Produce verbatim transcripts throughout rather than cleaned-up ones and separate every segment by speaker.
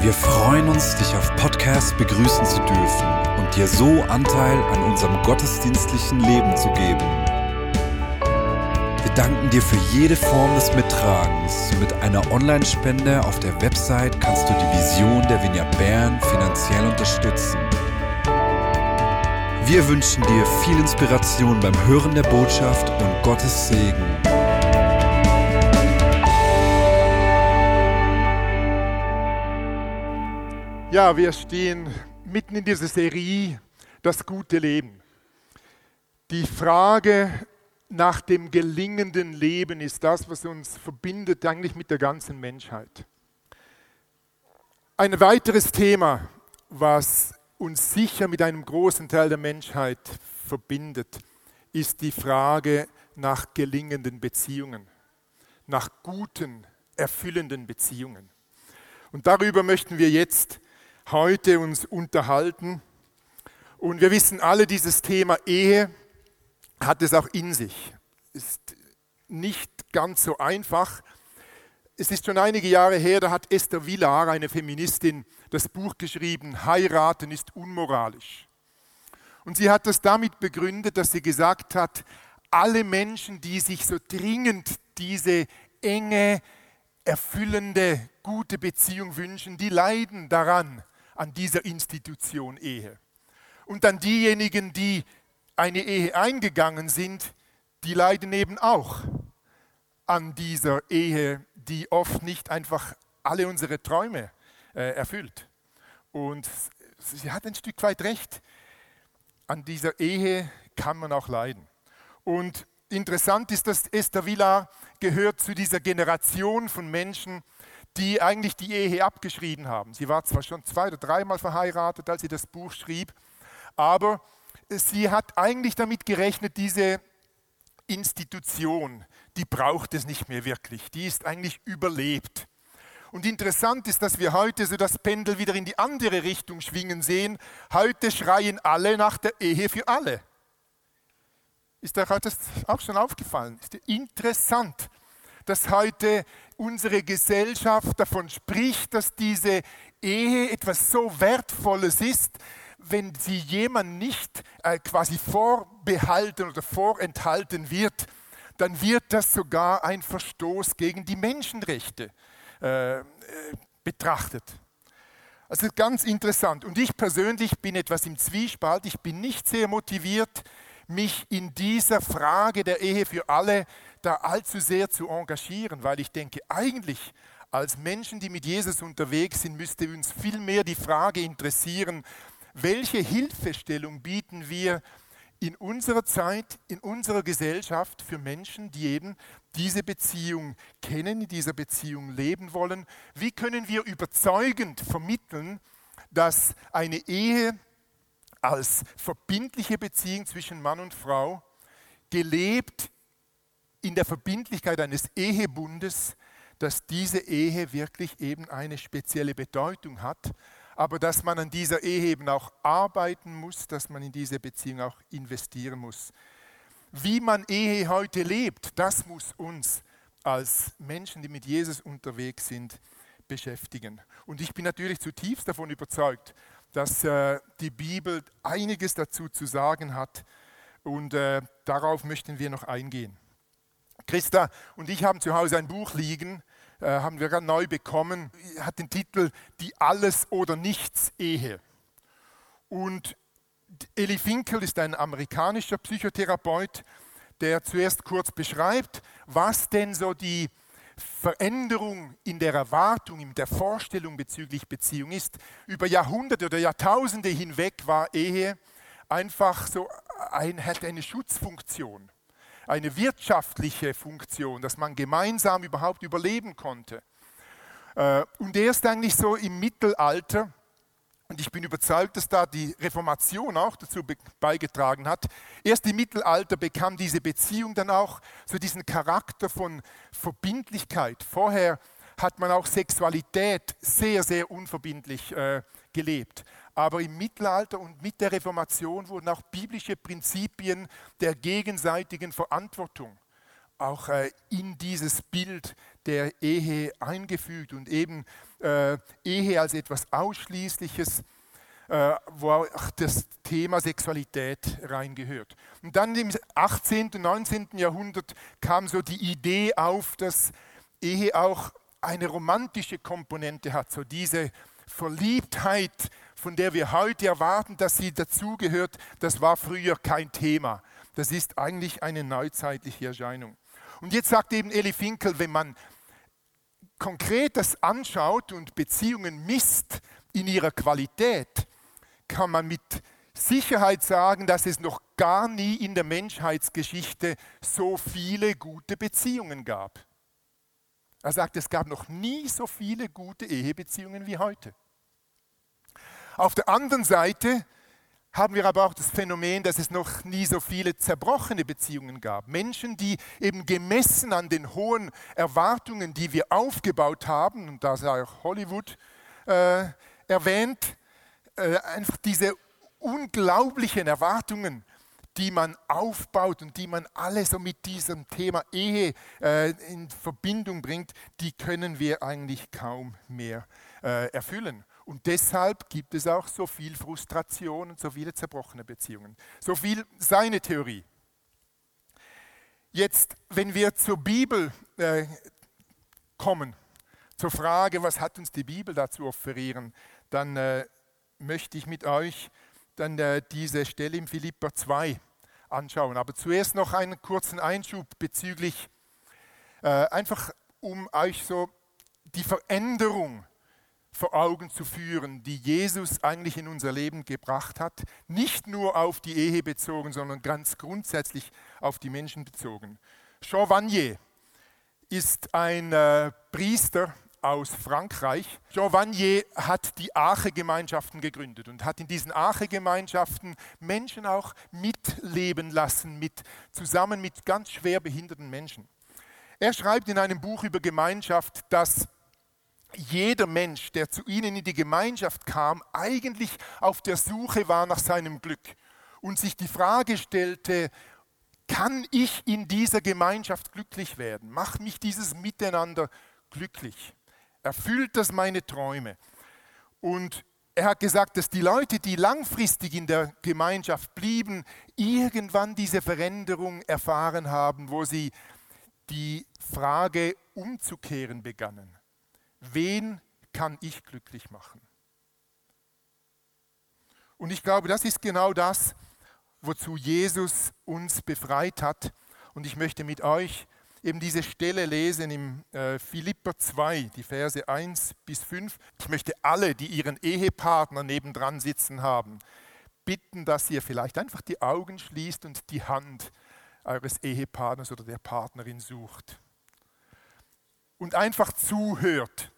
Speaker 1: Wir freuen uns, dich auf Podcast begrüßen zu dürfen und dir so Anteil an unserem gottesdienstlichen Leben zu geben. Wir danken dir für jede Form des Mittragens. Mit einer Online-Spende auf der Website kannst du die Vision der Vineyard Bern finanziell unterstützen. Wir wünschen dir viel Inspiration beim Hören der Botschaft und Gottes Segen.
Speaker 2: Ja, wir stehen mitten in dieser Serie, das gute Leben. Die Frage nach dem gelingenden Leben ist das, was uns verbindet eigentlich mit der ganzen Menschheit. Ein weiteres Thema, was uns sicher mit einem großen Teil der Menschheit verbindet, ist die Frage nach gelingenden Beziehungen, nach guten, erfüllenden Beziehungen. Und darüber möchten wir jetzt heute uns unterhalten. Und wir wissen alle, dieses Thema Ehe hat es auch in sich. Ist nicht ganz so einfach. Es ist schon einige Jahre her, da hat Esther Vilar, eine Feministin, das Buch geschrieben, Heiraten ist unmoralisch. Und sie hat das damit begründet, dass sie gesagt hat, alle Menschen, die sich so dringend diese enge, erfüllende, gute Beziehung wünschen, die leiden daran, an dieser Institution Ehe. Und dann diejenigen, die eine Ehe eingegangen sind, die leiden eben auch an dieser Ehe, die oft nicht einfach alle unsere Träume äh, erfüllt. Und sie hat ein Stück weit recht. An dieser Ehe kann man auch leiden. Und interessant ist, dass Esther Vilar gehört zu dieser Generation von Menschen, die eigentlich die Ehe abgeschrieben haben. Sie war zwar schon zwei oder dreimal verheiratet, als sie das Buch schrieb, aber sie hat eigentlich damit gerechnet, diese Institution, die braucht es nicht mehr wirklich. Die ist eigentlich überlebt. Und interessant ist, dass wir heute so das Pendel wieder in die andere Richtung schwingen sehen. Heute schreien alle nach der Ehe für alle. Ist euch das auch schon aufgefallen? Ist interessant, dass heute unsere Gesellschaft davon spricht, dass diese Ehe etwas so Wertvolles ist, wenn sie jemand nicht äh, quasi vorbehalten oder vorenthalten wird, dann wird das sogar ein Verstoß gegen die Menschenrechte äh, äh, betrachtet. Also ganz interessant. Und ich persönlich bin etwas im Zwiespalt. Ich bin nicht sehr motiviert, mich in dieser Frage der Ehe für alle da allzu sehr zu engagieren, weil ich denke, eigentlich als Menschen, die mit Jesus unterwegs sind, müsste uns viel mehr die Frage interessieren, welche Hilfestellung bieten wir in unserer Zeit, in unserer Gesellschaft für Menschen, die eben diese Beziehung kennen, in dieser Beziehung leben wollen. Wie können wir überzeugend vermitteln, dass eine Ehe als verbindliche Beziehung zwischen Mann und Frau, gelebt in der Verbindlichkeit eines Ehebundes, dass diese Ehe wirklich eben eine spezielle Bedeutung hat, aber dass man an dieser Ehe eben auch arbeiten muss, dass man in diese Beziehung auch investieren muss. Wie man Ehe heute lebt, das muss uns als Menschen, die mit Jesus unterwegs sind, beschäftigen. Und ich bin natürlich zutiefst davon überzeugt, dass äh, die Bibel einiges dazu zu sagen hat und äh, darauf möchten wir noch eingehen. Christa und ich haben zu Hause ein Buch liegen, äh, haben wir gerade neu bekommen, hat den Titel Die Alles- oder Nichts-Ehe. Und Eli Finkel ist ein amerikanischer Psychotherapeut, der zuerst kurz beschreibt, was denn so die Veränderung in der Erwartung, in der Vorstellung bezüglich Beziehung ist. Über Jahrhunderte oder Jahrtausende hinweg war Ehe einfach so ein, hat eine Schutzfunktion, eine wirtschaftliche Funktion, dass man gemeinsam überhaupt überleben konnte. Und erst eigentlich so im Mittelalter, und ich bin überzeugt, dass da die Reformation auch dazu beigetragen hat. Erst im Mittelalter bekam diese Beziehung dann auch so diesen Charakter von Verbindlichkeit. Vorher hat man auch Sexualität sehr, sehr unverbindlich äh, gelebt. Aber im Mittelalter und mit der Reformation wurden auch biblische Prinzipien der gegenseitigen Verantwortung auch äh, in dieses Bild der Ehe eingefügt und eben äh, Ehe als etwas Ausschließliches, äh, wo auch das Thema Sexualität reingehört. Und dann im achtzehnten und neunzehnten Jahrhundert kam so die Idee auf, dass Ehe auch eine romantische Komponente hat, so diese Verliebtheit, von der wir heute erwarten, dass sie dazugehört, das war früher kein Thema. Das ist eigentlich eine neuzeitliche Erscheinung. Und jetzt sagt eben Eli Finkel, wenn man konkret das anschaut und Beziehungen misst in ihrer Qualität, kann man mit Sicherheit sagen, dass es noch gar nie in der Menschheitsgeschichte so viele gute Beziehungen gab. Er sagt, es gab noch nie so viele gute Ehebeziehungen wie heute. Auf der anderen Seite haben wir aber auch das Phänomen, dass es noch nie so viele zerbrochene Beziehungen gab. Menschen, die eben gemessen an den hohen Erwartungen, die wir aufgebaut haben, und da sei auch Hollywood äh, erwähnt, äh, einfach diese unglaublichen Erwartungen, die man aufbaut und die man alle so mit diesem Thema Ehe äh, in Verbindung bringt, die können wir eigentlich kaum mehr äh, erfüllen. Und deshalb gibt es auch so viel Frustration und so viele zerbrochene Beziehungen. So viel seine Theorie. Jetzt, wenn wir zur Bibel äh, kommen, zur Frage, was hat uns die Bibel dazu offerieren, dann äh, möchte ich mit euch dann äh, diese Stelle im Philipper zwei anschauen. Aber zuerst noch einen kurzen Einschub bezüglich, äh, einfach um euch so die Veränderung vor Augen zu führen, die Jesus eigentlich in unser Leben gebracht hat. Nicht nur auf die Ehe bezogen, sondern ganz grundsätzlich auf die Menschen bezogen. Jean Vanier ist ein äh, Priester aus Frankreich. Jean Vanier hat die Arche-Gemeinschaften gegründet und hat in diesen Arche-Gemeinschaften Menschen auch mitleben lassen, mit, zusammen mit ganz schwer behinderten Menschen. Er schreibt in einem Buch über Gemeinschaft, dass jeder Mensch, der zu ihnen in die Gemeinschaft kam, eigentlich auf der Suche war nach seinem Glück und sich die Frage stellte, kann ich in dieser Gemeinschaft glücklich werden? Macht mich dieses Miteinander glücklich? Erfüllt das meine Träume? Und er hat gesagt, dass die Leute, die langfristig in der Gemeinschaft blieben, irgendwann diese Veränderung erfahren haben, wo sie die Frage umzukehren begannen. Wen kann ich glücklich machen? Und ich glaube, das ist genau das, wozu Jesus uns befreit hat. Und ich möchte mit euch eben diese Stelle lesen im äh, Philipper zwei, die Verse eins bis fünf. Ich möchte alle, die ihren Ehepartner nebendran sitzen haben, bitten, dass ihr vielleicht einfach die Augen schließt und die Hand eures Ehepartners oder der Partnerin sucht. Und einfach zuhört.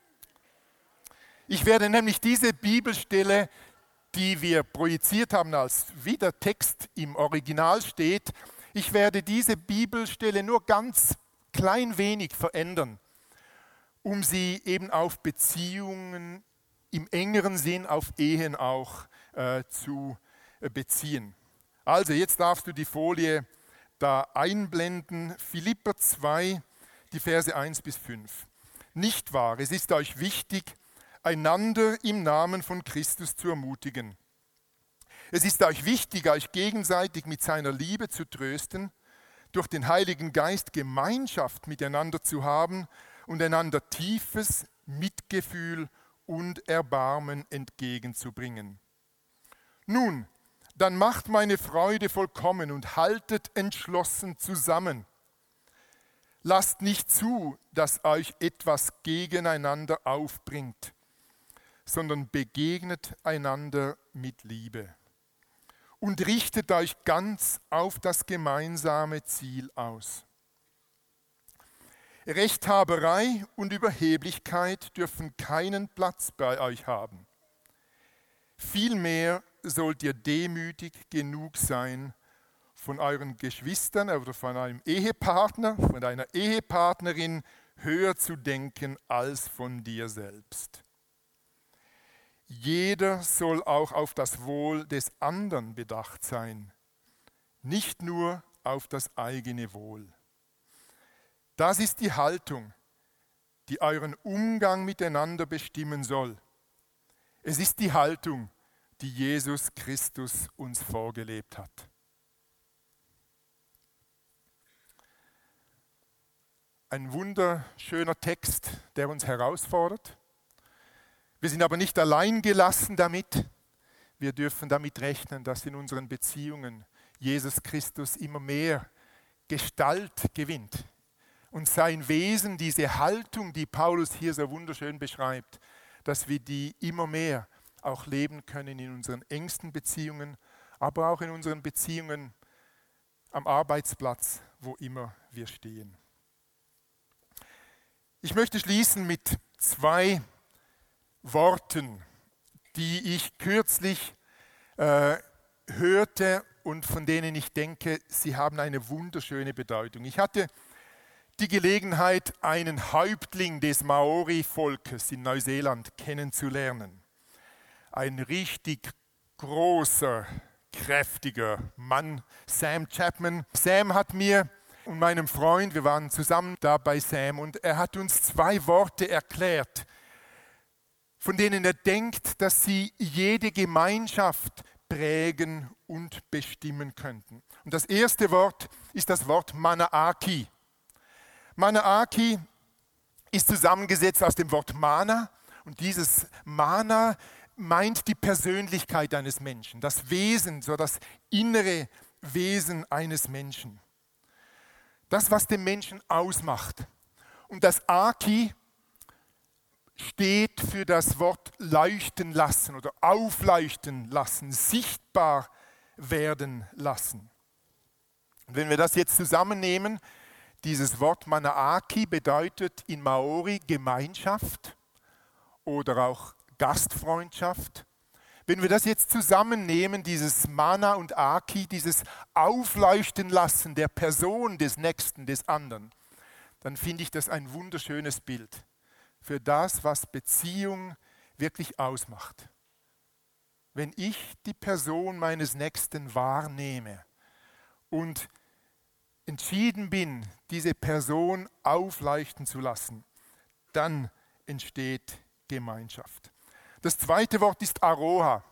Speaker 2: Ich werde nämlich diese Bibelstelle, die wir projiziert haben, als wie der Text im Original steht, ich werde diese Bibelstelle nur ganz klein wenig verändern, um sie eben auf Beziehungen im engeren Sinn, auf Ehen auch äh, zu äh, beziehen. Also jetzt darfst du die Folie da einblenden, Philipper zwei, die Verse eins bis fünf. Nicht wahr, es ist euch wichtig, einander im Namen von Christus zu ermutigen. Es ist euch wichtig, euch gegenseitig mit seiner Liebe zu trösten, durch den Heiligen Geist Gemeinschaft miteinander zu haben und einander tiefes Mitgefühl und Erbarmen entgegenzubringen. Nun, dann macht meine Freude vollkommen und haltet entschlossen zusammen. Lasst nicht zu, dass euch etwas gegeneinander aufbringt, sondern begegnet einander mit Liebe. Und richtet euch ganz auf das gemeinsame Ziel aus. Rechthaberei und Überheblichkeit dürfen keinen Platz bei euch haben. Vielmehr sollt ihr demütig genug sein, von euren Geschwistern oder von einem Ehepartner, von einer Ehepartnerin höher zu denken als von dir selbst. Jeder soll auch auf das Wohl des anderen bedacht sein, nicht nur auf das eigene Wohl. Das ist die Haltung, die euren Umgang miteinander bestimmen soll. Es ist die Haltung, die Jesus Christus uns vorgelebt hat. Ein wunderschöner Text, der uns herausfordert. Wir sind aber nicht allein gelassen damit. Wir dürfen damit rechnen, dass in unseren Beziehungen Jesus Christus immer mehr Gestalt gewinnt und sein Wesen, diese Haltung, die Paulus hier so wunderschön beschreibt, dass wir die immer mehr auch leben können in unseren engsten Beziehungen, aber auch in unseren Beziehungen am Arbeitsplatz, wo immer wir stehen. Ich möchte schließen mit zwei Worten, die ich kürzlich äh, hörte und von denen ich denke, sie haben eine wunderschöne Bedeutung. Ich hatte die Gelegenheit, einen Häuptling des Maori-Volkes in Neuseeland kennenzulernen. Ein richtig großer, kräftiger Mann, Sam Chapman. Sam hat mir und meinem Freund, wir waren zusammen da bei Sam, und er hat uns zwei Worte erklärt, von denen er denkt, dass sie jede Gemeinschaft prägen und bestimmen könnten. Und das erste Wort ist das Wort Manaaki. Manaaki ist zusammengesetzt aus dem Wort Mana, und dieses Mana meint die Persönlichkeit eines Menschen, das Wesen, so das innere Wesen eines Menschen. Das, was den Menschen ausmacht. Und das Aki steht für das Wort leuchten lassen oder aufleuchten lassen, sichtbar werden lassen. Und wenn wir das jetzt zusammennehmen, dieses Wort Manaaki bedeutet in Maori Gemeinschaft oder auch Gastfreundschaft. Wenn wir das jetzt zusammennehmen, dieses Mana und Aki, dieses Aufleuchten lassen der Person des Nächsten, des anderen, dann finde ich das ein wunderschönes Bild für das, was Beziehung wirklich ausmacht. Wenn ich die Person meines Nächsten wahrnehme und entschieden bin, diese Person aufleuchten zu lassen, dann entsteht Gemeinschaft. Das zweite Wort ist Aroha.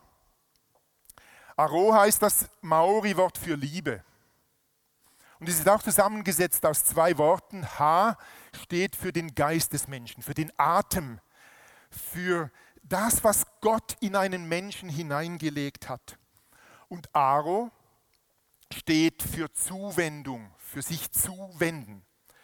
Speaker 2: Aroha ist das Maori-Wort für Liebe. Und es ist auch zusammengesetzt aus zwei Worten. Ha steht für den Geist des Menschen, für den Atem, für das, was Gott in einen Menschen hineingelegt hat. Und Aro steht für Zuwendung, für sich zuwenden.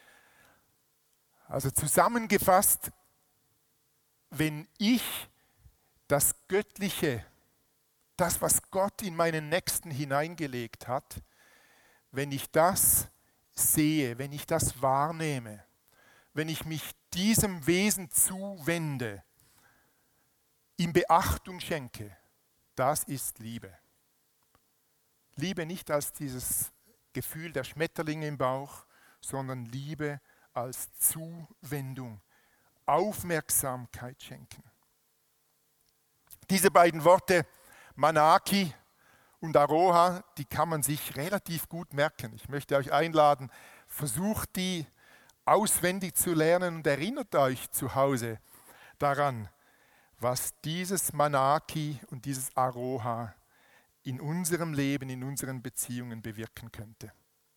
Speaker 2: Also zusammengefasst, wenn ich das Göttliche, das, was Gott in meinen Nächsten hineingelegt hat, wenn ich das sehe, wenn ich das wahrnehme, wenn ich mich diesem Wesen zuwende, ihm Beachtung schenke, das ist Liebe. Liebe nicht als dieses Gefühl der Schmetterlinge im Bauch, sondern Liebe als Zuwendung, Aufmerksamkeit schenken. Diese beiden Worte, Manaaki und Aroha, die kann man sich relativ gut merken. Ich möchte euch einladen, versucht die auswendig zu lernen und erinnert euch zu Hause daran, was dieses Manaaki und dieses Aroha in unserem Leben, in unseren Beziehungen bewirken könnte.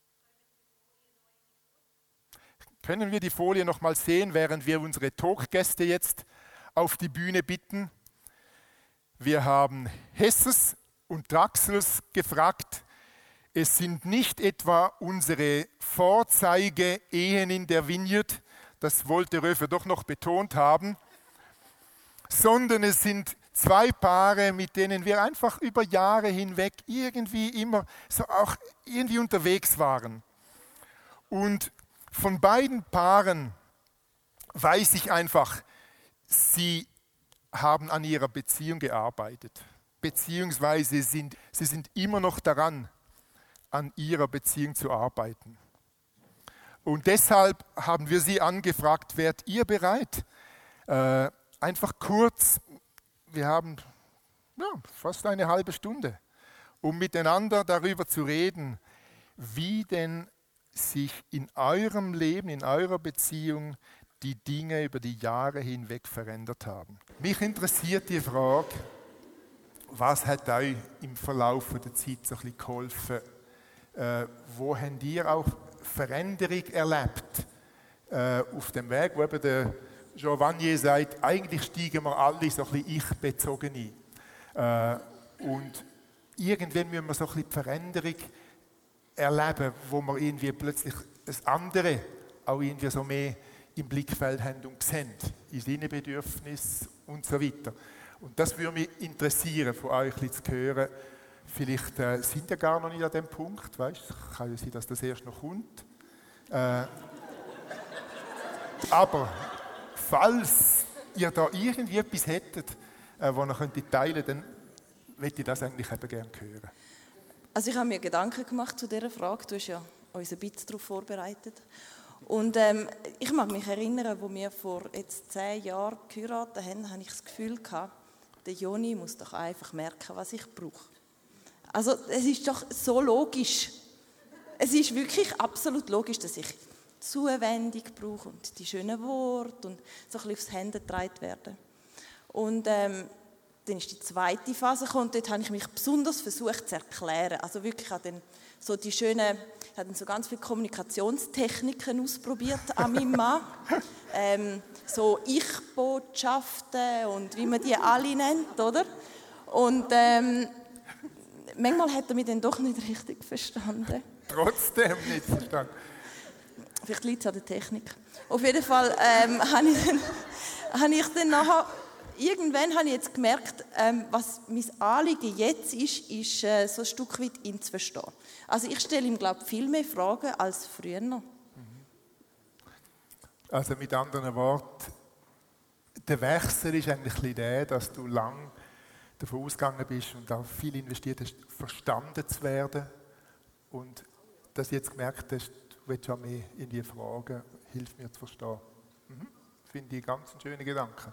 Speaker 2: Können wir die Folie noch mal sehen, während wir unsere Talkgäste jetzt auf die Bühne bitten? Wir haben Hesses und Draxels gefragt. Es sind nicht etwa unsere Vorzeige-Ehen in der Vineyard, das wollte Röfer doch noch betont haben, sondern es sind zwei Paare, mit denen wir einfach über Jahre hinweg irgendwie immer so auch irgendwie unterwegs waren. Und von beiden Paaren weiß ich einfach, sie haben an ihrer Beziehung gearbeitet, beziehungsweise sind, sie sind immer noch daran, an ihrer Beziehung zu arbeiten. Und deshalb haben wir sie angefragt, wärt ihr bereit, äh, einfach kurz, wir haben ja, fast eine halbe Stunde, um miteinander darüber zu reden, wie denn sich in eurem Leben, in eurer Beziehung die Dinge über die Jahre hinweg verändert haben. Mich interessiert die Frage, was hat euch im Verlauf der Zeit so ein bisschen geholfen? Äh, wo habt ihr auch Veränderung erlebt äh, auf dem Weg, wo eben der Jean Vanier sagt, eigentlich steigen wir alle so ein bisschen ich-bezogen ein. Äh, und irgendwann müssen wir so ein bisschen die Veränderung erleben, wo wir irgendwie plötzlich das andere auch irgendwie so mehr im Blickfeld haben und sehen, in seinen Bedürfnissen und so weiter. Und das würde mich interessieren, von euch ein bisschen zu hören. Vielleicht äh, sind ihr gar noch nicht an dem Punkt, weißt? Kann ja sein, dass das erst noch kommt. Äh, aber falls ihr da irgendwie etwas hättet, äh, was ihr könntet teilen, dann möchte ich das eigentlich eben gerne hören.
Speaker 3: Also ich habe mir Gedanken gemacht zu dieser Frage. Du hast ja uns ein bisschen darauf vorbereitet. Und ähm, ich mag mich erinnern, als wir vor jetzt zehn Jahren geheiratet haben, habe ich das Gefühl gehabt, der Joni muss doch einfach merken, was ich brauche. Also es ist doch so logisch. Es ist wirklich absolut logisch, dass ich Zuwendung brauche und die schönen Worte und so ein bisschen aufs Hände getragen werden. Und ähm, dann ist die zweite Phase gekommen und dort habe ich mich besonders versucht zu erklären. Also wirklich an den, so die schönen, ich habe dann so ganz viele Kommunikationstechniken ausprobiert an meinem Mann. ähm, so Ich-Botschaften und wie man die alle nennt, oder? Und ähm, manchmal hat er mich dann doch nicht richtig verstanden.
Speaker 2: Trotzdem nicht verstanden.
Speaker 3: Vielleicht liegt es an der Technik. Auf jeden Fall ähm, habe ich dann, habe ich dann nachher, irgendwann habe ich jetzt gemerkt, ähm, was mein Anliegen jetzt ist, ist äh, so ein Stück weit ihn zu verstehen. Also ich stelle ihm, glaube ich, viel mehr Fragen als früher.
Speaker 2: Also mit anderen Worten, der Wechsel ist eigentlich der, dass du lang davon ausgegangen bist und auch viel investiert hast, verstanden zu werden und dass du jetzt gemerkt hast, du willst auch mehr in die Fragen, hilf mir zu verstehen. Mhm. Das finde ich ganz einen schönen Gedanken.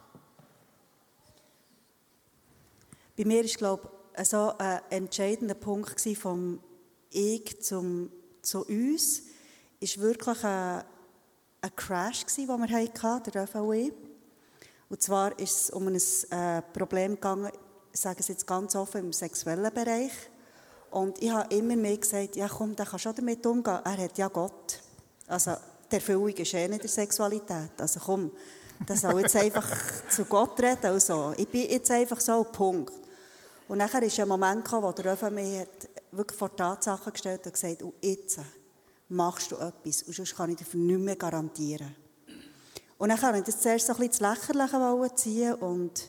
Speaker 4: Bei mir war, glaube ich, so ein entscheidender Punkt vom Ich zum, zu uns, ist wirklich ein, ein Crash, den wir hatten, der Ö V E. Und zwar ist es um ein äh, Problem gegangen, ich sage es jetzt ganz offen, im sexuellen Bereich. Und ich habe immer mehr gesagt, ja komm, der kann schon damit umgehen, er hat ja Gott. Also die Erfüllung ist eh nicht in der Sexualität. Also komm, der soll jetzt einfach zu Gott reden und so. Ich bin jetzt einfach so, Punkt. Und nachher ist ein Moment gekommen, wo der Öfen mich hat wirklich vor Tatsachen gestellt und gesagt, und jetzt machst du etwas und sonst kann ich dafür nicht mehr garantieren. Und dann habe ich das zuerst so ein bisschen das Lächerliche ziehen und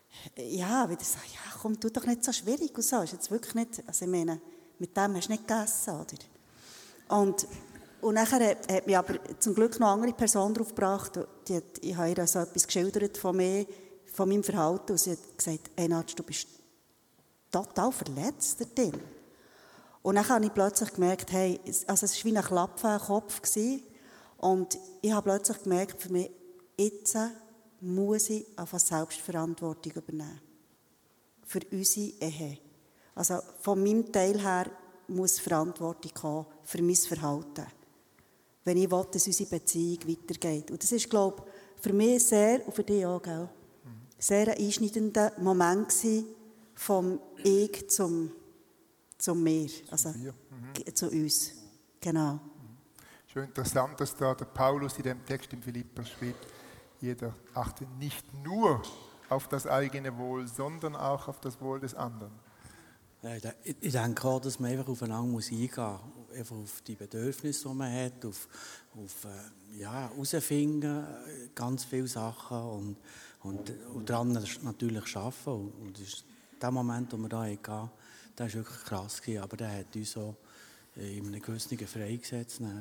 Speaker 4: ja, wieder so, ja komm, tu doch nicht so schwierig und so, ist jetzt wirklich nicht, also ich meine, mit dem hast du nicht gegessen, oder? Und, und nachher hat, hat mich aber zum Glück noch eine andere Person drauf gebracht, die hat, ich habe ihr so etwas geschildert von mir, von meinem Verhalten und sie hat gesagt, hey Natsch, du bist total verletzt darin. Und dann habe ich plötzlich gemerkt, hey, also es war wie ein Klappe im Kopf gewesen. Und ich habe plötzlich gemerkt, für mich, jetzt muss ich einfach Selbstverantwortung übernehmen. Für unsere Ehe. Also von meinem Teil her muss Verantwortung kommen für mein Verhalten. Wenn ich will, dass unsere Beziehung weitergeht. Und das ist, glaube ich, für mich sehr, und für dich auch, gell, sehr ein einschneidender Moment gewesen, vom Ich zum, zum Mir, also mhm. zu uns. Genau.
Speaker 2: Schon interessant, dass da der Paulus in dem Text im Philipper schreibt, jeder achte nicht nur auf das eigene Wohl, sondern auch auf das Wohl des anderen.
Speaker 5: Ja, ich denke auch, dass man einfach aufeinander muss eingehen muss, einfach auf die Bedürfnisse, die man hat, auf, auf äh, ja, herausfinden, ganz viele Sachen und, und, und daran natürlich arbeiten. Und, und das ist der Moment, wo wir da hingehen, der war wirklich krass gewesen, aber der hat uns auch in einem gewissen freigesetzt. Mhm.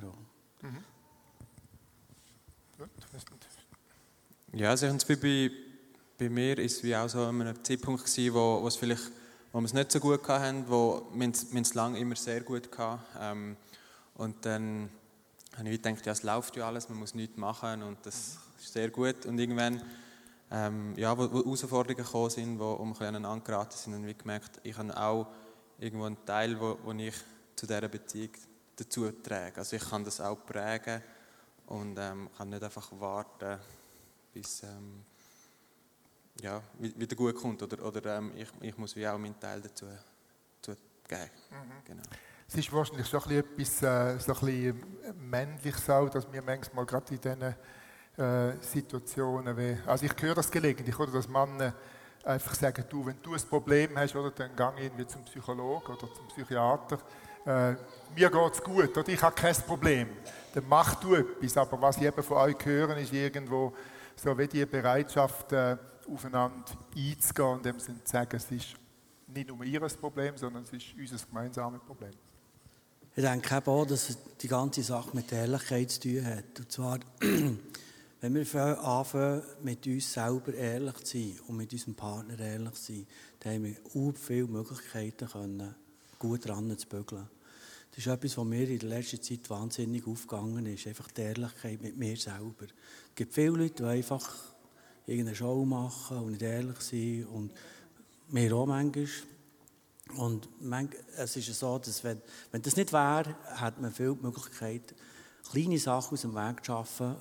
Speaker 6: Ja, also bei, bei mir ist es wie auch so an einem Zeitpunkt gewesen, wo, wo es vielleicht, wo wir es nicht so gut hatten, wo wir es lange immer sehr gut hatten. Ähm, und dann habe ich gedacht, ja, es läuft ja alles, man muss nichts machen und das ist sehr gut. Und irgendwann, ähm, ja, wo, wo Herausforderungen gekommen sind, wo um ein bisschen aneinander geraten sind, habe ich gemerkt, ich habe auch irgendwo einen Teil, wo, wo ich zu dieser Beziehung dazu tragen. Also ich kann das auch prägen und ähm, kann nicht einfach warten, bis ähm, ja, wieder gut kommt. Oder, oder ähm, ich, ich muss wie auch meinen Teil dazu, dazu geben. Mhm. Genau.
Speaker 2: Es ist wahrscheinlich schon ein bisschen etwas äh, so ein bisschen Männliches auch, dass wir manchmal gerade in diesen äh, Situationen, wie, also ich höre das gelegentlich, oder, dass Männer einfach sagen, du, wenn du ein Problem hast, oder, dann geh irgendwie zum Psychologen oder zum Psychiater. Äh, mir geht es gut, oder? Ich habe kein Problem. Dann mach du etwas. Aber was ich eben von euch höre, ist irgendwo so wie die Bereitschaft, äh, aufeinander einzugehen und dem zu sagen, es ist nicht nur ihr Problem, sondern es ist unser gemeinsames Problem.
Speaker 5: Ich denke eben auch, dass die ganze Sache mit Ehrlichkeit zu tun hat. Und zwar, wenn wir anfangen, mit uns selber ehrlich zu sein und mit unserem Partner ehrlich zu sein, dann haben wir sehr viele Möglichkeiten, können, gut dran zu bügeln. Das ist etwas, was mir in der letzten Zeit wahnsinnig aufgegangen ist. Einfach die Ehrlichkeit mit mir selber. Es gibt viele Leute, die einfach irgendeine Show machen und nicht ehrlich sind. Und mir auch manchmal. Und es ist so, dass wenn, wenn das nicht wäre, hat man viel Möglichkeit, kleine Sachen aus dem Weg zu schaffen,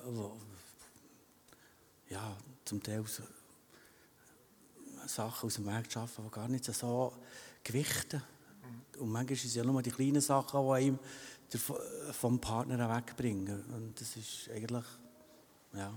Speaker 5: die, ja, zum Teil so, Sachen aus dem Weg zu schaffen, die gar nicht so gewichten. Und manchmal sind es ja nur die kleinen Sachen, die einem vom Partner wegbringen. Und das ist eigentlich, ja.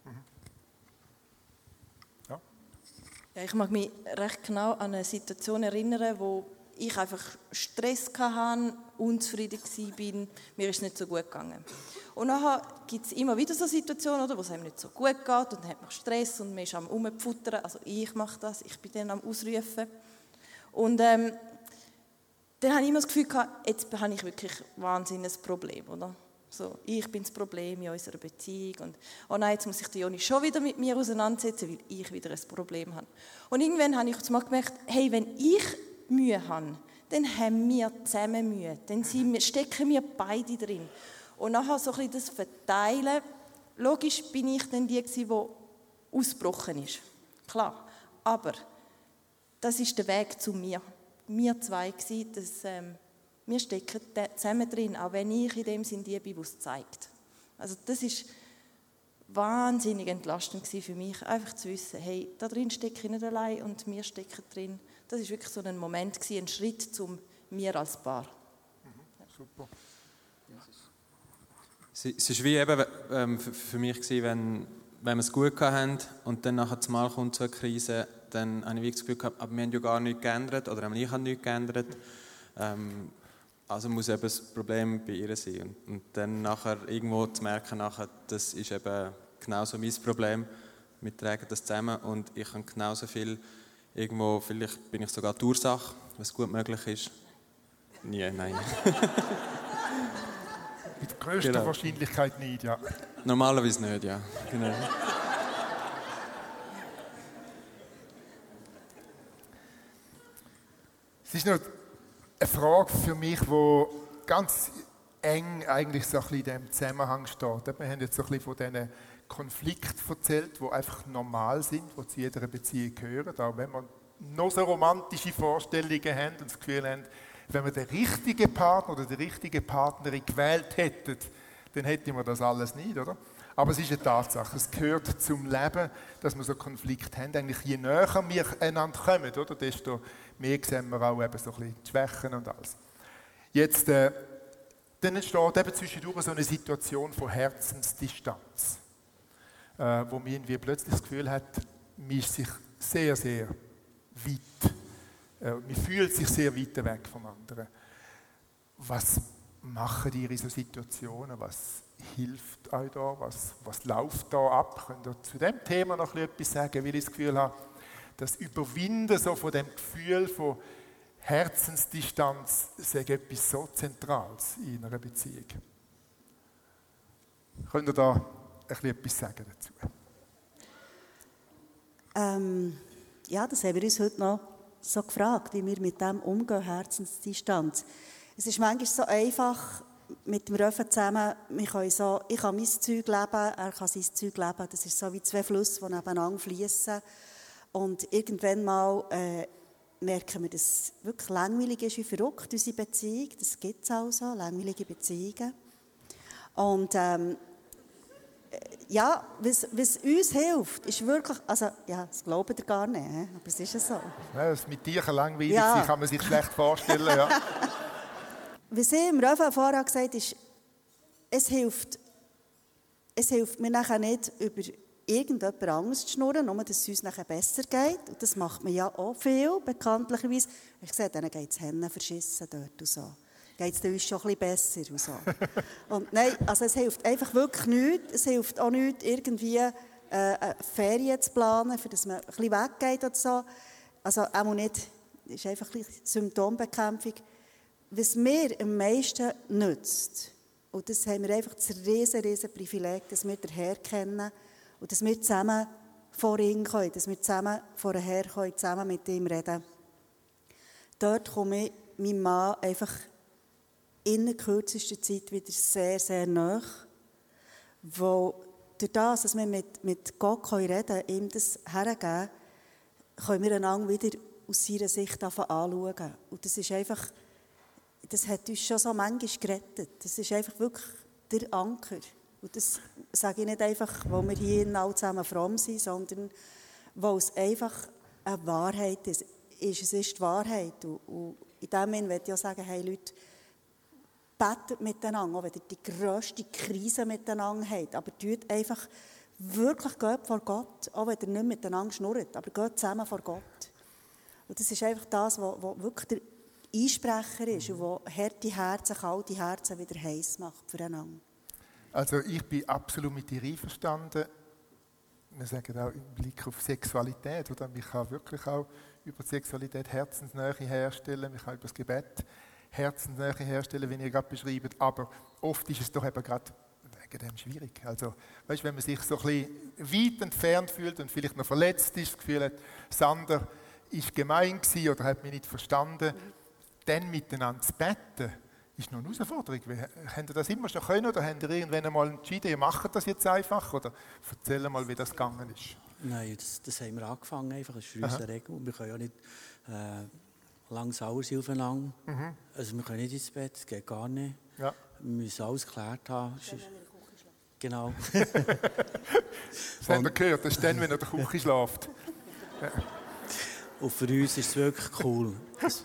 Speaker 3: Ja, ich mag mich recht genau an eine Situation erinnern, wo ich einfach Stress hatte, unzufrieden war, mir ist es nicht so gut gegangen. Und nachher gibt es immer wieder so Situationen, oder, wo es einem nicht so gut geht und dann hat man Stress und man ist am Rumpfuttern. Also ich mache das, ich bin dann am Ausrufen. Und ähm, dann habe ich immer das Gefühl gehabt, jetzt habe ich wirklich ein wahnsinniges Problem, oder? So, ich bin das Problem in unserer Beziehung und oh nein, jetzt muss sich die Joni schon wieder mit mir auseinandersetzen, weil ich wieder ein Problem habe. Und irgendwann habe ich mal gemerkt, hey, wenn ich Mühe habe, dann haben wir zusammen Mühe, dann stecken wir beide drin. Und nachher so ein bisschen das Verteilen, logisch bin ich dann die, die ausgebrochen ist, klar, aber das ist der Weg zu mir. Wir zwei gewesen, dass ähm, wir stecken zusammen drin, auch wenn ich in dem Sinn die bin, die es zeigt. Also das ist wahnsinnig entlastend für mich, einfach zu wissen, hey, da drin stecke ich nicht allein und wir stecken drin. Das ist wirklich so ein Moment gewesen, ein Schritt zum mir als Paar.
Speaker 2: Mhm, super.
Speaker 6: Es war wie eben ähm, für mich gewesen, wenn, wenn wir es gut hatten und dann nachher zumal kommt so eine Krise, dann habe ich das Gefühl gehabt, aber wir haben ja gar nichts geändert oder ich habe nichts geändert. Ähm, also muss eben das Problem bei ihr sein. Und, und dann nachher irgendwo zu merken, nachher, das ist eben genauso mein Problem. Wir tragen das zusammen und ich habe genauso viel, irgendwo, vielleicht bin ich sogar die Ursache, was gut möglich ist. Nie, nein.
Speaker 2: Mit größter genau. Wahrscheinlichkeit nicht, ja.
Speaker 6: Normalerweise nicht, ja. Genau.
Speaker 2: Es ist noch eine Frage für mich, die ganz eng eigentlich so ein bisschen in diesem Zusammenhang steht. Wir haben jetzt so ein bisschen von diesen Konflikten erzählt, die einfach normal sind, die zu jeder Beziehung gehören. Auch wenn wir noch so romantische Vorstellungen haben und das Gefühl haben, wenn wir den richtigen Partner oder die richtige Partnerin gewählt hätten, dann hätten wir das alles nicht, oder? Aber es ist eine Tatsache, es gehört zum Leben, dass wir so Konflikte haben. Eigentlich je näher wir einander kommen, oder, desto mehr sehen wir auch eben so ein bisschen die Schwächen und alles. Jetzt, äh, dann entsteht eben zwischendurch so eine Situation von Herzensdistanz, äh, wo man irgendwie plötzlich das Gefühl hat, man ist sich sehr, sehr weit, äh, man fühlt sich sehr weit weg vom anderen. Was machen ihr in so Situationen? Was hilft euch da? Was, was läuft da ab? Könnt ihr zu dem Thema noch etwas sagen, weil ich das Gefühl habe, das Überwinden so von dem Gefühl von Herzensdistanz sei etwas so Zentrales in einer Beziehung. Könnt ihr da etwas sagen dazu?
Speaker 4: Ähm, ja, das haben wir uns heute noch so gefragt, wie wir mit dem umgehen, Herzensdistanz. Es ist manchmal so einfach, mit dem Röffen zusammen, wir können so, ich kann mein Zeug leben, er kann sein Zeug leben. Das ist so wie zwei Flüsse, die nebeneinander fließen. Und irgendwann mal äh, merken wir, dass es wirklich langweilig ist wie verrückt, unsere Beziehung. Das gibt es also, langweilige Beziehungen. Und ähm, ja, was, was uns hilft, ist wirklich, also ja, das glaubt ihr gar nicht, aber es ist ja so.
Speaker 2: Ja, das mit Tieren langweilig
Speaker 4: Ja.
Speaker 2: sein, kann man sich schlecht vorstellen. Ja.
Speaker 4: Was ich im Röwe vorher gesagt habe, ist, es hilft, es hilft mir nachher nicht, über irgendjemand anderes zu schnurren, nur dass es uns nachher besser geht. Und das macht man ja auch viel, bekanntlicherweise. Ich sehe, denen geht es Hennen verschissen dort und so. Geht es uns schon ein bisschen besser und so. Und nein, also es hilft einfach wirklich nichts. Es hilft auch nicht, irgendwie äh, eine Ferien zu planen, für dass man ein bisschen weggeht oder so. Also auch nicht, das ist einfach ein bisschen Symptombekämpfung. Was mir am meisten nützt, und das haben wir einfach das riesen, riesen Privileg, dass wir den Herrn kennen und dass wir zusammen vor ihn kommen, dass wir zusammen vor den Herrn kommen, zusammen mit ihm reden. Dort komme ich meinem Mann einfach in der kürzesten Zeit wieder sehr, sehr nahe, wo durch das, dass wir mit, mit Gott reden können, ihm das hergeben, können wir einander wieder aus seiner Sicht anschauen. Und das ist einfach, das hat uns schon so manchmal gerettet. Das ist einfach wirklich der Anker. Und das sage ich nicht einfach, weil wir hier alle zusammen fromm sind, sondern weil es einfach eine Wahrheit ist. Es ist die Wahrheit. Und, und in dem Sinne möchte ich auch sagen, hey Leute, betet miteinander, auch wenn ihr die grösste Krise miteinander habt. Aber tut einfach wirklich geht vor Gott, auch wenn ihr nicht miteinander schnurrt, aber geht zusammen vor Gott. Und das ist einfach das, was, was wirklich der Einsprecher ist und was harte Herzen, kalte Herzen wieder heiß macht füreinander.
Speaker 2: Also ich bin absolut mit dir einverstanden. Wir sagen auch im Blick auf Sexualität, oder? Man kann wirklich auch über die Sexualität Herzensnähe herstellen, man kann über das Gebet Herzensnähe herstellen, wie ihr gerade beschreibt, aber oft ist es doch eben gerade wegen dem schwierig. Also, weißt, wenn man sich so ein bisschen weit entfernt fühlt und vielleicht noch verletzt ist, das Gefühl hat, Sander ist gemein gewesen oder hat mich nicht verstanden, dann miteinander zu beten, ist noch eine Herausforderung. Habt ihr das immer schon können oder habt ihr irgendwann einmal entschieden, ihr macht das jetzt einfach? Oder erzähl mal, wie das gegangen ist.
Speaker 5: Nein, das, das haben wir angefangen einfach. Das ist für uns eine Regel. Wir können ja nicht äh, lang sauer sein aufeinander. Mhm. Also wir können nicht ins Bett, das geht gar nicht. Ja. Wir müssen alles geklärt haben. Dann, wenn er in der Küche schläft. Genau.
Speaker 2: Das haben wir gehört, das ist dann, wenn er in der Küche schläft. Ja.
Speaker 5: Und für uns ist es wirklich cool, dass,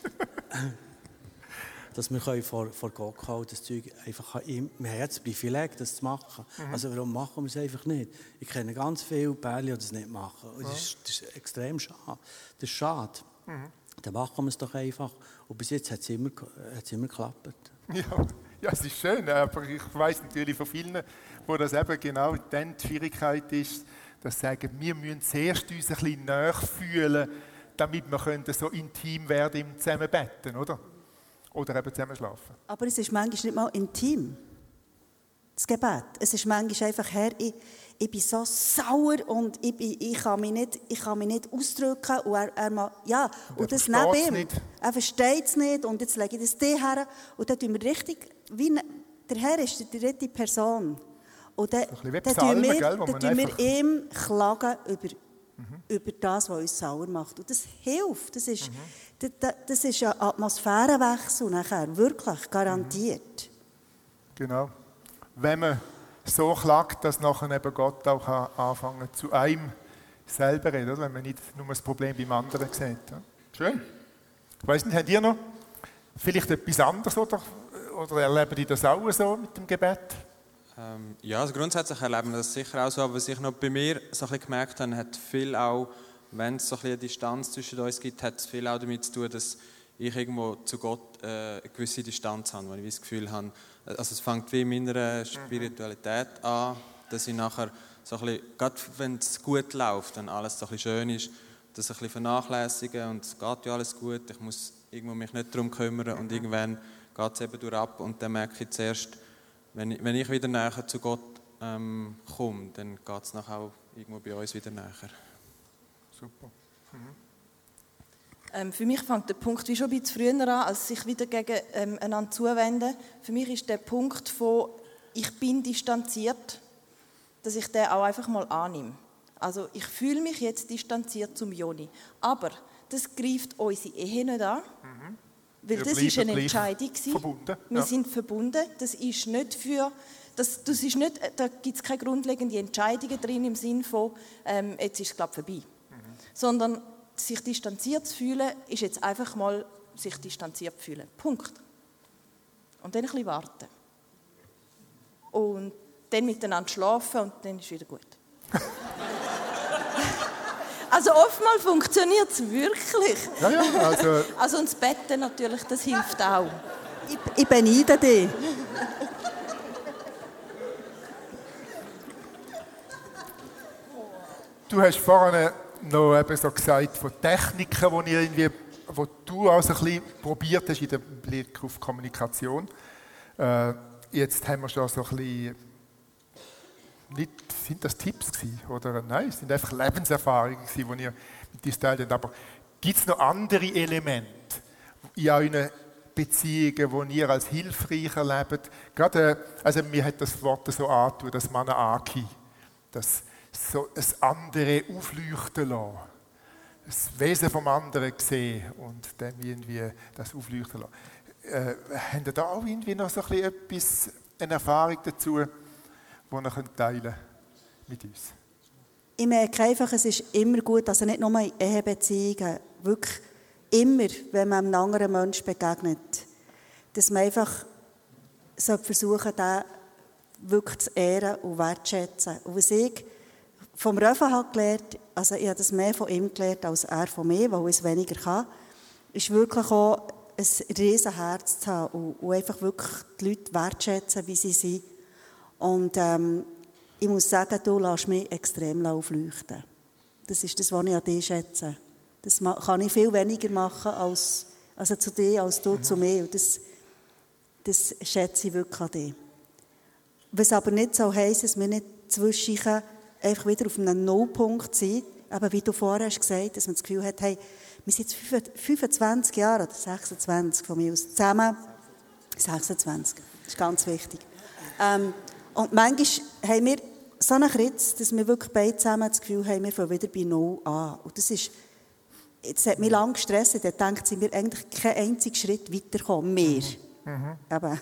Speaker 5: dass wir vor, vor Gott kommen, das Zeug einfach ihm, wir haben das Privileg, das zu machen. Mhm. Also warum machen wir es einfach nicht? Ich kenne ganz viele Pärchen, die das nicht machen. Und das, ist, das ist extrem schade. Das ist schade. Mhm. Dann machen wir es doch einfach. Und bis jetzt hat es immer, immer geklappt.
Speaker 2: Ja. Ja, es ist schön, aber ich weiss natürlich von vielen, wo das eben genau dann die Schwierigkeit ist, dass sie sagen, wir müssen zuerst uns ein bisschen näher fühlen, damit wir können so intim werden im Zusammenbetten, oder? Oder eben zusammen schlafen.
Speaker 4: Aber es ist manchmal nicht mal intim, das Gebet. Es ist manchmal einfach, Herr, ich, ich bin so sauer und ich, bin, ich, kann, mich nicht, ich kann mich nicht ausdrücken. Und er, er mal, ja, und, und das neben ihm. Nicht. Er versteht es nicht und jetzt lege ich das dir her. Und dann tun wir richtig, wie ne, der Herr ist die dritte Person. Und dann, dann tun wir, gell, dann tun wir ihm klagen über, mhm. über das, was uns sauer macht. Und das hilft. Das ist, mhm. das, das ist ein Atmosphärenwechsel nachher, wirklich garantiert.
Speaker 2: Genau. Wenn man so klagt, dass nachher eben Gott auch anfangen zu einem selber reden, oder? Wenn man nicht nur das Problem beim anderen sieht. Ja? Schön. Ich weiss nicht, habt ihr noch vielleicht etwas anderes oder, oder erleben die das auch so mit dem Gebet?
Speaker 6: Ähm, ja, also grundsätzlich erleben wir das sicher auch so, aber was ich noch bei mir so ein bisschen gemerkt habe, hat viel auch, wenn es so ein bisschen eine Distanz zwischen uns gibt, hat es viel auch damit zu tun, dass ich irgendwo zu Gott äh, eine gewisse Distanz habe, weil ich das Gefühl habe, also es fängt wie in meiner Spiritualität an, dass ich nachher so ein bisschen, gerade wenn es gut läuft, wenn alles so ein bisschen schön ist, das ein bisschen vernachlässigen und es geht ja alles gut, ich muss irgendwo mich nicht darum kümmern und irgendwann geht es eben durch ab und dann merke ich zuerst, wenn ich, wenn ich wieder näher zu Gott ähm, komme, dann geht es nachher auch irgendwo bei uns wieder näher.
Speaker 2: Super. Mhm.
Speaker 3: Ähm, für mich fängt der Punkt wie schon ein bisschen früher an, als sich wieder gegen ähm, einander zuwenden. Für mich ist der Punkt von «ich bin distanziert», dass ich den auch einfach mal annehme. Also ich fühle mich jetzt distanziert zum Joni. Aber das greift unsere Ehe nicht an.
Speaker 2: Mhm.
Speaker 3: Weil
Speaker 2: Wir
Speaker 3: das ist eine
Speaker 2: bleiben gleich
Speaker 3: Entscheidung gewesen.
Speaker 2: verbunden,
Speaker 3: Wir
Speaker 2: ja.
Speaker 3: sind verbunden. Das ist nicht für, das, das ist nicht, da gibt es keine grundlegenden Entscheidungen drin im Sinne von, ähm, jetzt ist es glaube ich vorbei. Mhm. Sondern sich distanziert zu fühlen, ist jetzt einfach mal sich distanziert fühlen. Punkt. Und dann ein bisschen warten. Und dann miteinander schlafen und dann ist es wieder gut. Also oftmals funktioniert es wirklich.
Speaker 2: Ja, ja, also
Speaker 3: Also und das Betten natürlich, das hilft auch.
Speaker 4: Ich, ich beneide dich.
Speaker 2: du hast vorhin noch eben so gesagt von Techniken, die, ihr irgendwie, die du also ein bisschen probiert hast in dem Blick auf Kommunikation. Äh, jetzt haben wir schon so ein bisschen, nicht, sind das Tipps gewesen, oder nein, es sind einfach Lebenserfahrungen gewesen, die ihr mit uns teilt. Aber gibt es noch andere Elemente in euren Beziehungen, die ihr als hilfreich erlebt? Gerade, also mir hat das Wort so angetan, das Mana-Aki, das so ein andere aufleuchten lassen, das Wesen vom anderen sehen und dann irgendwie das aufleuchten lassen. Äh, habt ihr da auch irgendwie noch so ein bisschen etwas, eine Erfahrung dazu, die ihr teilen könnt mit uns?
Speaker 4: Ich merke einfach, es ist immer gut, also nicht nur in Ehebeziehungen, wirklich immer, wenn man einem anderen Menschen begegnet, dass man einfach versuchen sollte, den wirklich zu ehren und wertschätzen. Und was ich vom Röfen habe gelernt, also ich habe das mehr von ihm gelernt als er von mir, weil er es weniger kann, ist wirklich auch ein riesen Herz zu haben und, und einfach wirklich die Leute wertschätzen, wie sie sind. Und ähm, ich muss sagen, du lässt mich extrem aufleuchten. Das ist das, was ich an dir schätze. Das kann ich viel weniger machen als, also zu dir, als du mhm. zu mir. Und das, das schätze ich wirklich an dir. Was aber nicht so heisst, dass wir nicht zwischen einfach wieder auf einem Nullpunkt sind, aber wie du vorher hast gesagt, dass man das Gefühl hat, hey, wir sind jetzt fünfundzwanzig Jahre oder sechsundzwanzig von mir aus zusammen. sechsundzwanzig, das ist ganz wichtig. Ähm, und manchmal haben wir so einen Kritz, dass wir wirklich beide zusammen das Gefühl haben, wir fangen wieder bei Null an. Und das ist, jetzt hat mich lange gestresst, da denkt, sind wir eigentlich keinen einzigen Schritt weitergekommen. Wir. Mhm. Eben.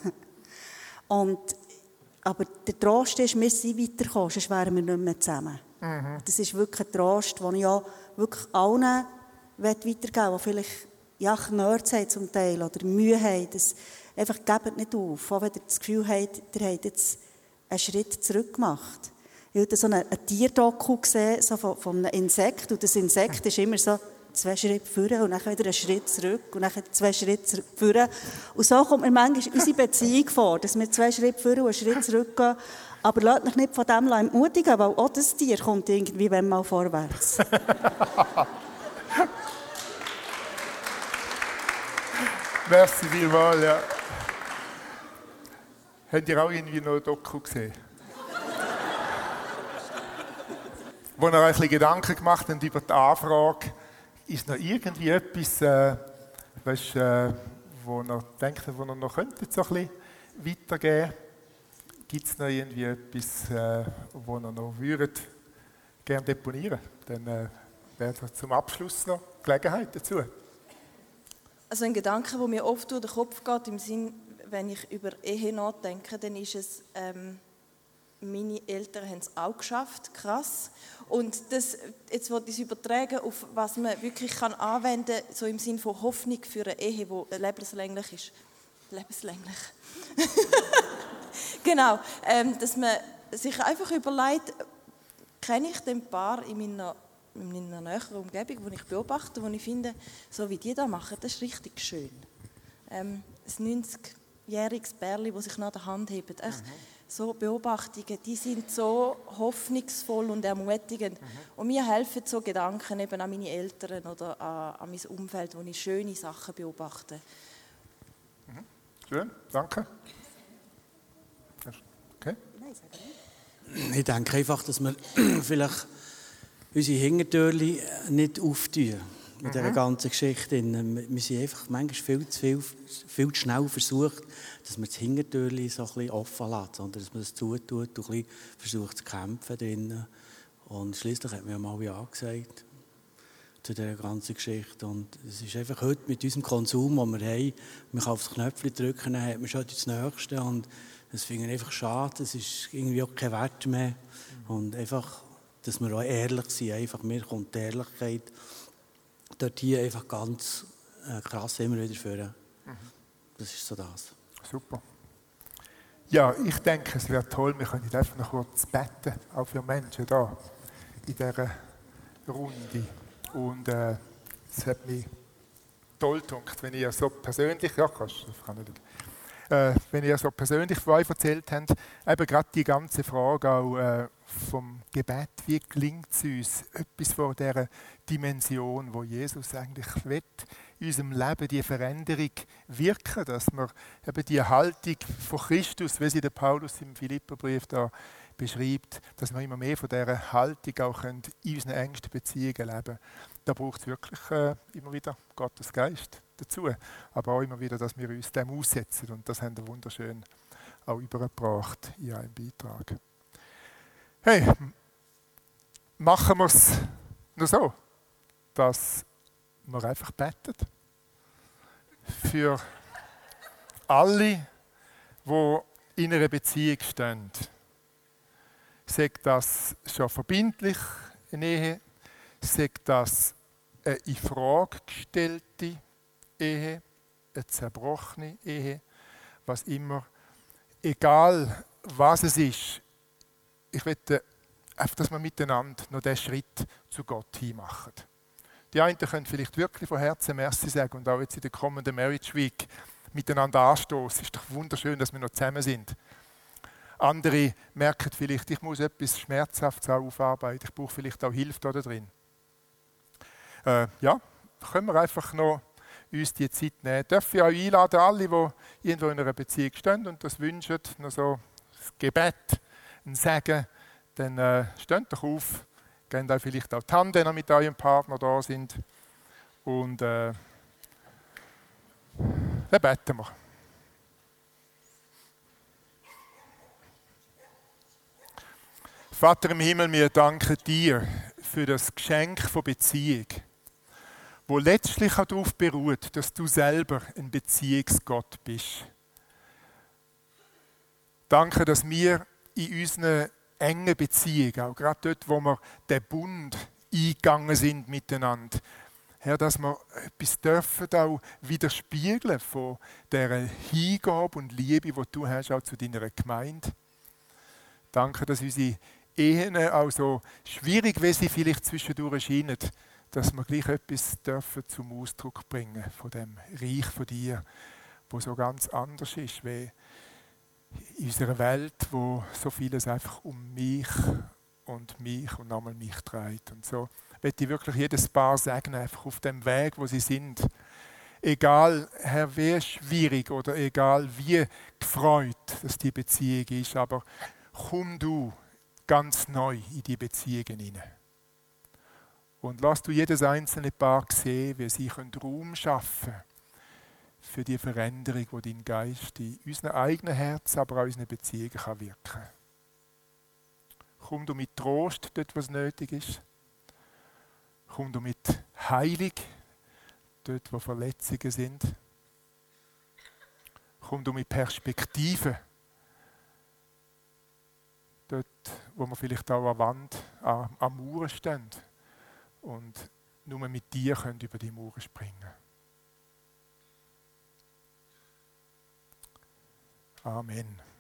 Speaker 4: Und, aber der Trost ist, wir sind weitergekommen, sonst wären wir nicht mehr zusammen. Mhm. Das ist wirklich ein Trost, den ich auch wirklich allen weitergeben will, die vielleicht ja, Nerds haben zum Teil oder Mühe haben. Das einfach gebt nicht auf, auch wenn ihr das Gefühl habt, ihr habt jetzt einen Schritt zurück gemacht. Ich habe so eine, eine Tierdoku gesehen, so von, von einem Insekt, und das Insekt ist immer so zwei Schritte vorne und dann wieder einen Schritt zurück und dann zwei Schritte vorne. Und so kommt mir manchmal unsere Beziehung vor, dass wir zwei Schritte vorne und einen Schritt zurückgehen. Aber lasst euch nicht von dem entmutigen, weil auch das Tier kommt irgendwie wenn mal vorwärts.
Speaker 2: Merci vielmals, ja. Habt ihr auch irgendwie noch ein Doku gesehen? Wo ihr euch ein bisschen Gedanken gemacht habt über die Anfrage, ist noch irgendwie etwas, äh, weißt, äh, wo ihr denkt, wo ihr noch könntet, so ein bisschen weitergeben? Gibt es noch irgendwie etwas, äh, wo ihr noch würdet, gerne deponieren? Dann äh, wäre zum Abschluss noch Gelegenheit dazu.
Speaker 3: Also ein Gedanke, der mir oft durch den Kopf geht, im Sinn, wenn ich über Ehe nachdenke, dann ist es, ähm, meine Eltern haben es auch geschafft, krass. Und das, jetzt wollte ich es übertragen auf was man wirklich kann anwenden kann, so im Sinn von Hoffnung für eine Ehe, die lebenslänglich ist. Lebenslänglich. Genau, ähm, dass man sich einfach überlegt, kenne ich den Paar in meiner, in meiner näheren Umgebung, die ich beobachte, wo ich finde, so wie die da machen, das ist richtig schön. Ähm, ein neunzigjähriges Pärchen, das sich nach der Hand hebt. Echt, mhm. So Beobachtungen, die sind so hoffnungsvoll und ermutigend. Mhm. Und mir helfen so Gedanken eben an meine Eltern oder an, an mein Umfeld, wo ich schöne Sachen beobachte.
Speaker 2: Mhm. Schön, danke. Okay.
Speaker 5: Ich denke einfach, dass wir vielleicht unsere Hintertürchen nicht auftun mit mhm. dieser ganzen Geschichte. Wir sind einfach manchmal viel zu viel, viel zu schnell versucht, dass man das Hintertürchen so ein bisschen offen lässt, sondern dass man es zutut und ein bisschen versucht zu kämpfen drinnen. Und schliesslich hat mir mal Ja gesagt. zu dieser ganzen Geschichte. Und es ist einfach heute mit unserem Konsum, den wir haben, man kann aufs Knöpfchen drücken, dann hat man schon das Nächste. Und das finde ich einfach schade, es ist irgendwie auch kein Wert mehr. Mhm. Und einfach, dass wir auch ehrlich sind, einfach, mir kommt die Ehrlichkeit dort hier einfach ganz äh, krass immer wieder führen. Mhm. Das ist so das.
Speaker 2: Super. Ja, ich denke, es wäre toll, wir könnten einfach noch kurz beten, auch für Menschen da in dieser Runde. Und äh, es hat mich toll gedacht, wenn ihr so persönlich, ja, kannst, das kann ich nicht, äh, wenn ihr so persönlich von euch erzählt habt, eben gerade die ganze Frage auch äh, vom Gebet, wie gelingt es uns, etwas von dieser Dimension, wo Jesus eigentlich will, in unserem Leben die Veränderung wirken, dass wir eben die Haltung von Christus, wie sie der Paulus im Philipperbrief da beschreibt, dass wir immer mehr von dieser Haltung auch in unseren engsten Beziehungen leben. Da braucht es wirklich äh, immer wieder Gottes Geist dazu, aber auch immer wieder, dass wir uns dem aussetzen, und das haben wir wunderschön auch übergebracht in einem Beitrag. Hey, machen wir es nur so, dass wir einfach beten. Für alle, die in einer Beziehung stehen. Sagt das schon verbindlich eine Ehe? Sagt das eine in Frage gestellte Ehe? Eine zerbrochene Ehe? Was immer. Egal, was es ist. Ich möchte einfach, dass wir miteinander noch diesen Schritt zu Gott hin machen. Die einen können vielleicht wirklich von Herzen Merci sagen und auch jetzt in der kommenden Marriage Week miteinander anstoßen. Es ist doch wunderschön, dass wir noch zusammen sind. Andere merken vielleicht, ich muss etwas Schmerzhaftes aufarbeiten. Ich brauche vielleicht auch Hilfe da drin. Äh, ja, können wir einfach noch uns die Zeit nehmen. Darf ich euch einladen, alle, die irgendwo in einer Beziehung stehen und das wünschen, noch so das Gebet, ein Segen, dann äh, steht doch auf. Gebt euch vielleicht auch die Hand, wenn ihr mit eurem Partner da sind. Und äh, dann beten wir. Vater im Himmel, wir danken dir für das Geschenk von Beziehung, wo letztlich auch darauf beruht, dass du selber ein Beziehungsgott bist. Danke, dass wir in unseren engen Beziehungen, auch gerade dort, wo wir den Bund eingegangen sind miteinander, Herr, dass wir etwas dürfen auch widerspiegeln von dieser Hingabe und Liebe, die du hast, auch zu deiner Gemeinde. Danke, dass unsere Ehen auch so schwierig, wie sie vielleicht zwischendurch erscheinen, dass wir gleich etwas dürfen zum Ausdruck bringen von dem Reich von dir, wo so ganz anders ist, wie in unserer Welt, wo so vieles einfach um mich und mich und nochmal mich dreht. Und so möchte ich wirklich jedes Paar segnen, einfach auf dem Weg, wo sie sind. Egal, Herr, wie schwierig oder egal, wie gefreut, dass die Beziehung ist, aber komm du ganz neu in die Beziehungen hinein. Und lass du jedes einzelne Paar sehen, wie sie Raum schaffen können für die Veränderung, die dein Geist in unserem eigenen Herz, aber auch in unseren Beziehungen kann wirken kann. Komm du mit Trost dort, was nötig ist. Komm du mit Heilung dort, wo Verletzungen sind. Komm du mit Perspektive dort, wo wir vielleicht auch an der Wand, an, an Mauern stehen und nur mit dir können über die Mauern springen. Amen.